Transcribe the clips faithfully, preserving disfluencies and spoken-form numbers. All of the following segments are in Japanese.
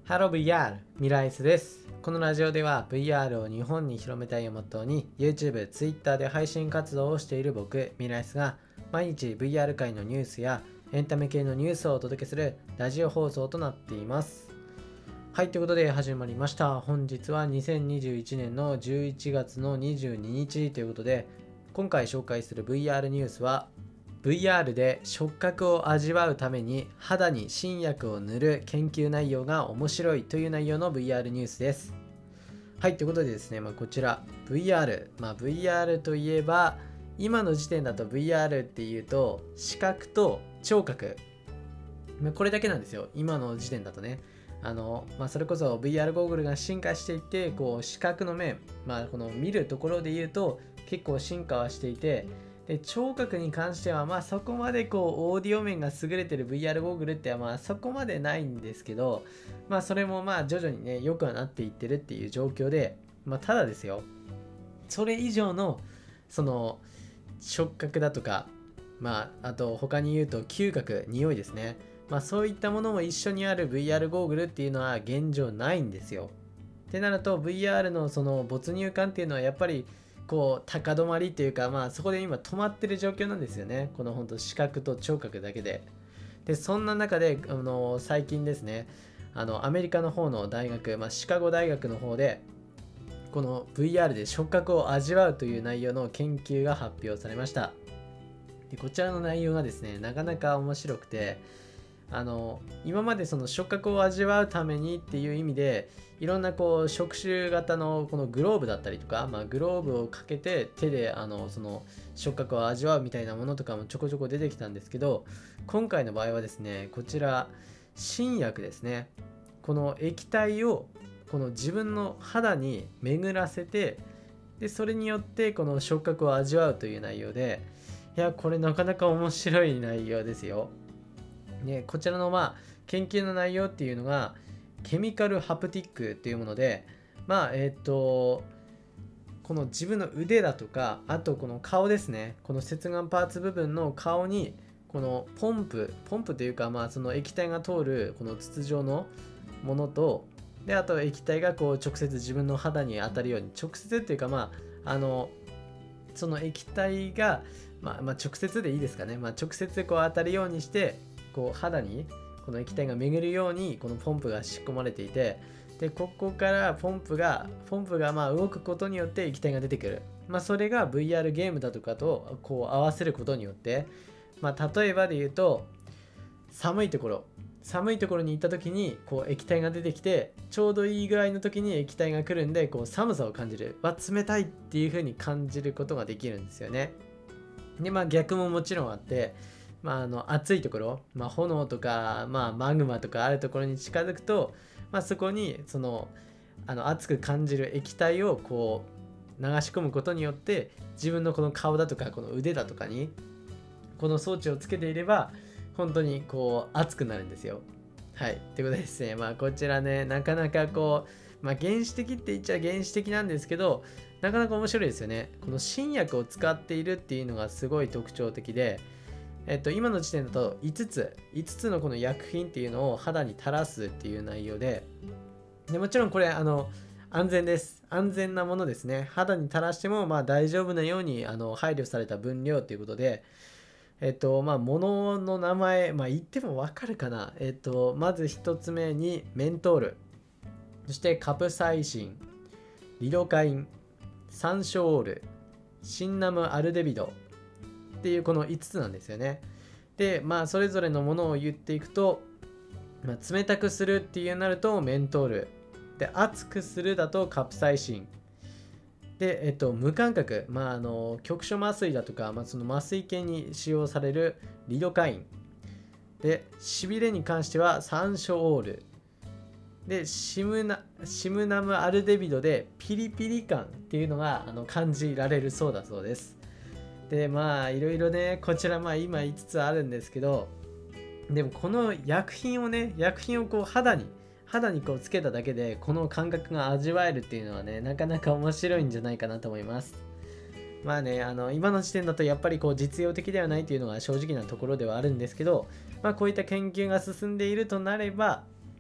ハロー ブイアール ミライスです。このラジオでは ブイアール を日本に広めたいをモットーに YouTube、Twitter で配信活動をしている僕、ミライスが毎日 ブイアール 界のニュースやエンタメ系のニュースをお届けするラジオ放送となっています。はい、ということで始まりました。本日はにせんにじゅういちねんのじゅういちがつのにじゅうににちということで、今回紹介する ブイアール ニュースはブイアール で触覚を味わうために肌に新薬を塗る研究内容が面白いという内容の ブイアール ニュースです。はい、ということでですね、まあ、こちら ブイアール、まあ、ブイアール といえば今の時点だと ブイアール っていうと視覚と聴覚、まあ、これだけなんですよ。今の時点だとね。あのまあ、それこそ ブイアール ゴーグルが進化していってこう視覚の面、まあ、この見るところで言うと結構進化はしていて、で聴覚に関してはまあそこまでこうオーディオ面が優れてる ブイアール ゴーグルってまあそこまでないんですけど、まあそれもまあ徐々にね良くはなっていってるっていう状況で、まあただですよ、それ以上のその触覚だとか、まああと他に言うと嗅覚、匂いですね、まあそういったものも一緒にある ブイアール ゴーグルっていうのは現状ないんですよ。ってなると ブイアール のその没入感っていうのはやっぱりこう高止まりっていうか、まあそこで今止まってる状況なんですよね。この本当視覚と聴覚だけで。でそんな中であの最近ですね、あのアメリカの方の大学、まあ、シカゴ大学の方でこの ブイアール で触覚を味わうという内容の研究が発表されました。でこちらの内容がですねなかなか面白くて、あの今までその触覚を味わうためにっていう意味でいろんなこう触手型のこのグローブだったりとか、まあ、グローブをかけて手であのその触覚を味わうみたいなものとかもちょこちょこ出てきたんですけど、今回の場合はですねこちら新薬ですね。この液体をこの自分の肌に巡らせて、でそれによってこの触覚を味わうという内容で、いやこれなかなか面白い内容ですよ。でこちらのまあ研究の内容っていうのがケミカルハプティックっていうもので、まあえっ、ー、とこの自分の腕だとか、あとこの顔ですね、この接眼パーツ部分の顔にこのポンプポンプというか、まあその液体が通るこの筒状のものと、であと液体がこう直接自分の肌に当たるように、直接っていうかまああのその液体が、まあ、まあ直接でいいですかね、まあ、直接こう当たるようにしてこう肌にこの液体が巡るようにこのポンプが仕込まれていて、でここからポンプがポンプがまあ動くことによって液体が出てくる、まあ、それが ブイアール ゲームだとかとこう合わせることによって、まあ、例えばで言うと寒いところ寒いところに行った時にこう液体が出てきて、ちょうどいいぐらいの時に液体が来るんでこう寒さを感じる、わ冷たいっていう風に感じることができるんですよね。でまあ逆ももちろんあって、まあ、あの暑いところ、まあ、炎とか、まあ、マグマとかあるところに近づくと、まあ、そこにそのあの熱く感じる液体をこう流し込むことによって自分のこの顔だとかこの腕だとかにこの装置をつけていれば本当にこう熱くなるんですよ。はい、ということでですね、まあこちらねなかなかこう、まあ、原始的って言っちゃ原始的なんですけど、なかなか面白いですよね。この新薬を使っているっていうのがすごい特徴的で、えっと、今の時点だといつついつつのこの薬品っていうのを肌に垂らすっていう内容で、でもちろんこれあの安全です。安全なものですね。肌に垂らしてもまあ大丈夫なようにあの配慮された分量ということで、えっとまあ物の名前、まあ言ってもわかるかな。えっとまず一つ目にメントール、そしてカプサイシン、リドカイン、サンショウオール、シンナムアルデビドっていうこのいつつなんですよね。でまあそれぞれのものを言っていくと、まあ、冷たくするっていうなるとメントールで、熱くするだとカプサイシンで、えっと、無感覚、まあ、あの局所麻酔だとか、まあ、その麻酔系に使用されるリドカインで、しびれに関してはサンショウオールで、シムナシムナムアルデビドでピリピリ感っていうのがあの感じられるそうだそうです。でまあいろいろねこちらまあ今いつつあるんですけど、でもこの薬品をね薬品をこう肌に肌にこうつけただけでこの感覚が味わえるっていうのはねなかなか面白いんじゃないかなと思います。まあねあの今の時点だとやっぱりこう実用的ではないっていうのが正直なところではあるんですけど、まあこういった研究が進んでいるとなれば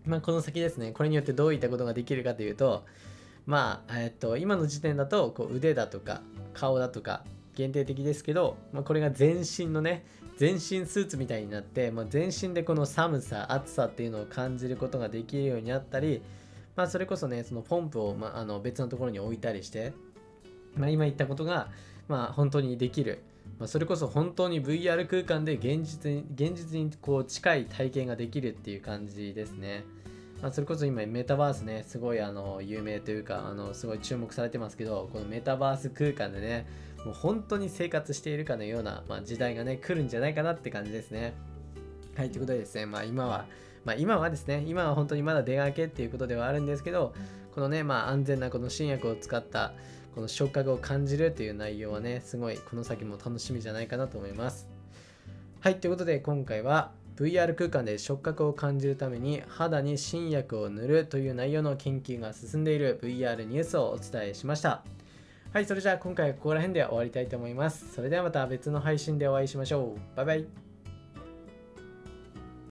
まあ、この先ですね、これによってどういったことができるかというと、まあ、えっと、今の時点だとこう腕だとか顔だとか限定的ですけど、まあ、これが全身のね、全身スーツみたいになって、まあ、全身でこの寒さ、暑さっていうのを感じることができるようになったり、まあ、それこそね、そのポンプを、まあ、あの別のところに置いたりして、まあ、今言ったことが、まあ、本当にできる。まあ、それこそ本当に ブイアール 空間で現実に現実にこう近い体験ができるっていう感じですね。まあ、それこそ今メタバースね、すごいあの有名というか、あのすごい注目されてますけど、このメタバース空間でね、もう本当に生活しているかのような、まあ、時代がね、来るんじゃないかなって感じですね。はい、ということでですね、まあ今は、まあ今はですね、今は本当にまだ出かけっていうことではあるんですけど、このね、まあ安全なこの新薬を使ったこの触覚を感じるという内容はね、すごいこの先も楽しみじゃないかなと思います。はい、ということで今回は ブイアール 空間で触覚を感じるために肌に新薬を塗るという内容の研究が進んでいる ブイアール ニュースをお伝えしました。はい、それじゃあ今回はここら辺で終わりたいと思います。それではまた別の配信でお会いしましょう。バイバイ。